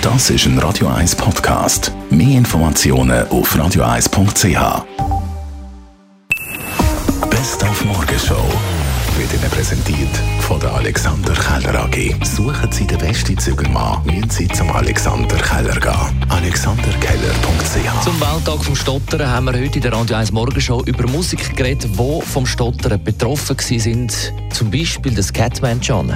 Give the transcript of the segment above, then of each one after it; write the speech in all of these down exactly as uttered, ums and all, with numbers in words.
Das ist ein Radio eins Podcast. Mehr Informationen auf radio eins punkt c h. Best auf Morgenshow wird Ihnen präsentiert von der Alexander Keller A G. Suchen Sie den besten Zügelmann, müssen Sie zum Alexander Keller gehen. alexander keller punkt c h. Zum Welttag vom Stottern haben wir heute in der Radio eins Morgenshow über Musik geredet, die vom Stottern betroffen waren. Zum Beispiel das Scatman John.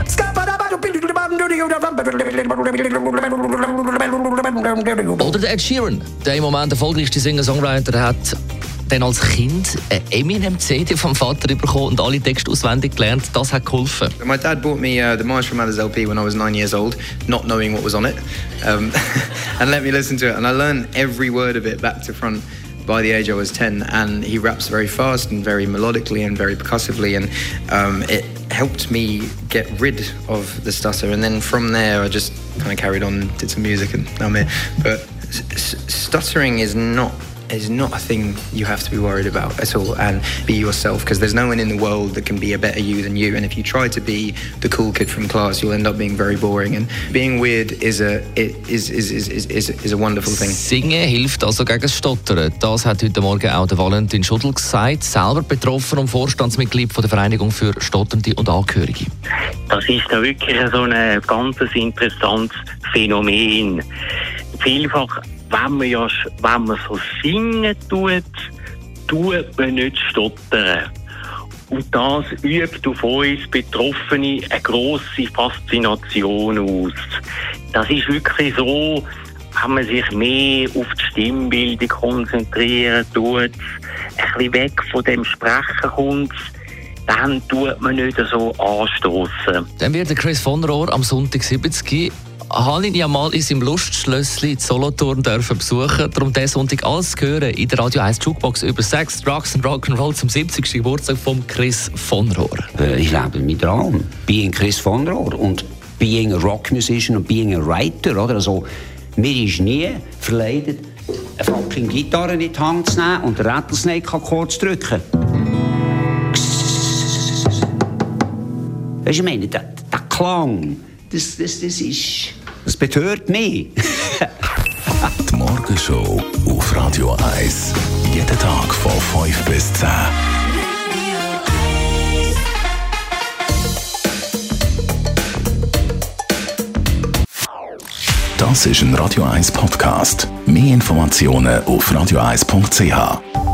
Oder der Ed Sheeran, der im Moment erfolgreichste Singer-Songwriter, hat dann als Kind eine Eminem-C D vom Vater bekommen und alle Texte auswendig gelernt. Das hat geholfen. My dad bought me uh, the Marshall Mathers L P when I was nine years old, not knowing what was on it, um, and let me listen to it. And I learned every word of it back to front by the age I was ten. And he raps very fast and very melodically and very percussively, and um, it helped me get rid of the stutter. And then from there, I just kind of carried on, did some music, and now I'm here. But s- stuttering is not is not a thing you have to be worried about at all, and be yourself, because there's no one in the world that can be a better you than you. And if you try to be the cool kid from class, you'll end up being very boring. And being weird is a it is is is is is, is a wonderful thing. Singen hilft also gegen das Stottern. Das hat heute Morgen auch der Valentin Schuddel gesagt, selber betroffen und Vorstandsmitglied von der Vereinigung für Stotternde und Angehörige. Das ist da wirklich so ein ganz interessantes Phänomen. Vielfach, wenn man ja, wenn man so singen tut, tut man nicht stottern. Und das übt auf uns Betroffene eine grosse Faszination aus. Das ist wirklich so, wenn man sich mehr auf die Stimmbildung konzentrieren tut, ein bisschen weg von dem Sprechen kommt, dann tut man nicht so anstoßen. Dann wird der Chris von Rohr am Sonntag siebzig. Habe ich ihn ja mal in seinem Lustschlössli in Solothurn dürfen besuchen. Darum diesen Sonntag alles hören in der Radio eins Jukebox über Sex, Drugs und Rock'n'Roll zum siebzigsten Geburtstag von Chris von Rohr. Ich lebe meinen Traum. Being Chris von Rohr und being a rock musician und being a writer. Oder? Also, mir ist nie verleidet, eine fucking Gitarre in die Hand zu nehmen und den Rattlesnake-Akkord zu drücken. Weißt du, ich meine, der, der Klang, das, das, das ist... Das betört mich. Die Morgenshow auf Radio eins. Jeden Tag von fünf bis zehn. Das ist ein Radio eins Podcast. Mehr Informationen auf radio eins punkt c h.